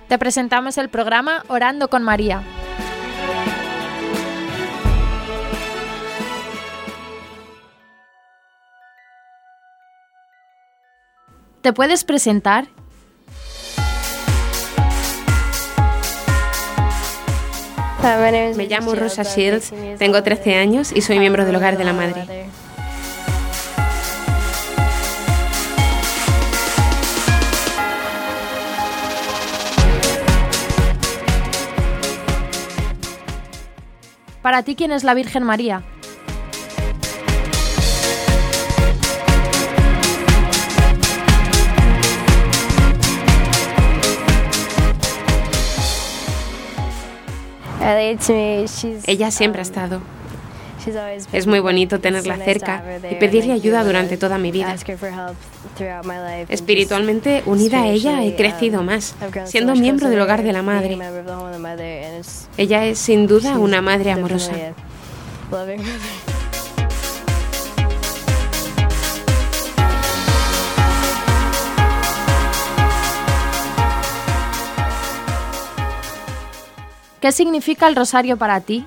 Te presentamos el programa Orando con María. ¿Te puedes presentar? Me llamo Rosa Shields, tengo 13 años y soy miembro del Hogar de la Madre. Para ti, ¿quién es la Virgen María? Ella siempre ha estado. Es muy bonito tenerla cerca y pedirle ayuda durante toda mi vida. Espiritualmente unida a ella he crecido más, siendo miembro del Hogar de la Madre. Ella es sin duda una madre amorosa. ¿Qué significa el rosario para ti?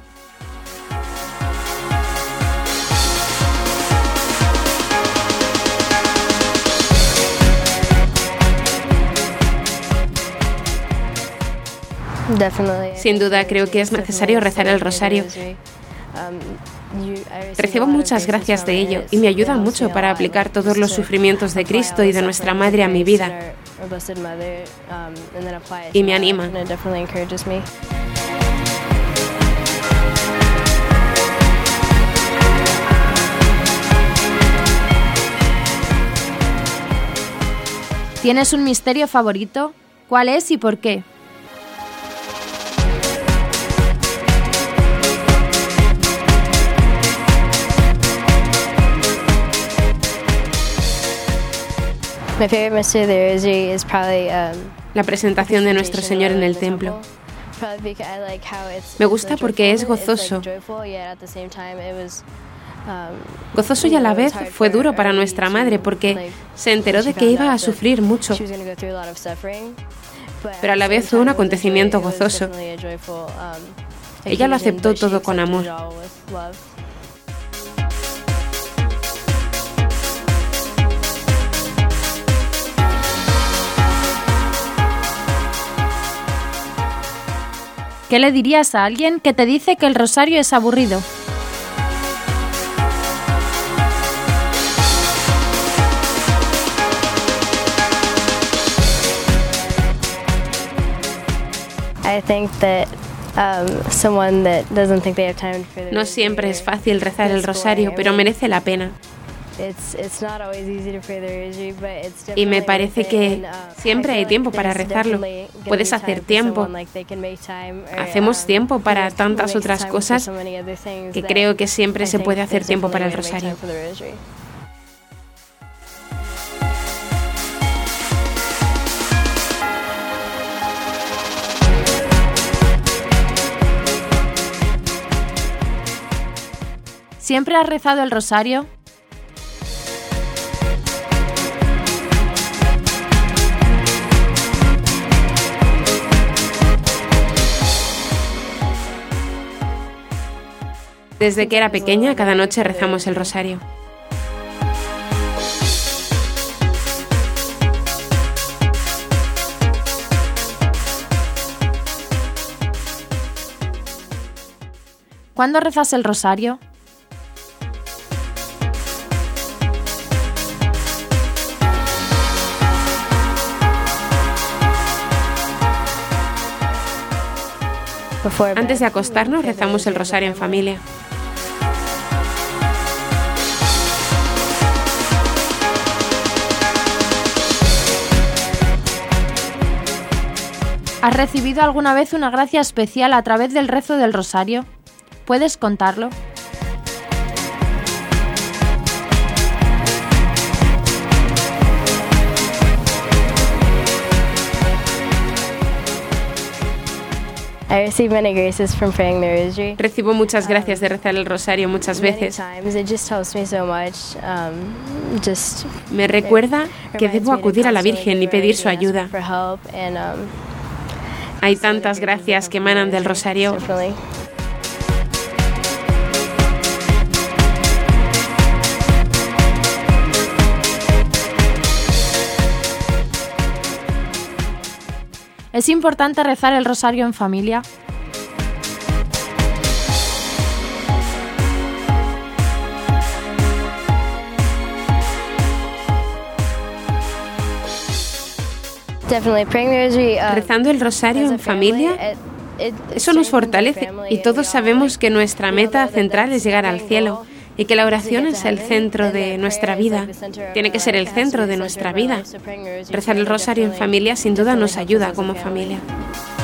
Sin duda creo que es necesario rezar el rosario. Recibo muchas gracias de ello y me ayuda mucho para aplicar todos los sufrimientos de Cristo y de nuestra Madre a mi vida. Y me anima. ¿Tienes un misterio favorito? ¿Cuál es y por qué? La presentación de Nuestro Señor en el templo. Me gusta porque es gozoso. Gozoso y a la vez fue duro para nuestra madre porque se enteró de que iba a sufrir mucho. Pero a la vez fue un acontecimiento gozoso. Ella lo aceptó todo con amor. ¿Qué le dirías a alguien que te dice que el rosario es aburrido? No siempre es fácil rezar el rosario, pero merece la pena. Y me parece que siempre hay tiempo para rezarlo. Puedes hacer tiempo. Hacemos tiempo para tantas otras cosas que creo que siempre se puede hacer tiempo para el rosario. ¿Siempre has rezado el rosario? Desde que era pequeña, cada noche rezamos el rosario. ¿Cuándo rezas el rosario? Antes de acostarnos, rezamos el rosario en familia. ¿Has recibido alguna vez una gracia especial a través del rezo del rosario? ¿Puedes contarlo? Recibo muchas gracias de rezar el rosario muchas veces. Me recuerda que debo acudir a la Virgen y pedir su ayuda. Hay tantas gracias que emanan del rosario. ¿Es importante rezar el rosario en familia? Rezando el rosario en familia, eso nos fortalece y todos sabemos que nuestra meta central es llegar al cielo y que la oración es el centro de nuestra vida, tiene que ser el centro de nuestra vida. Rezar el rosario en familia sin duda nos ayuda como familia.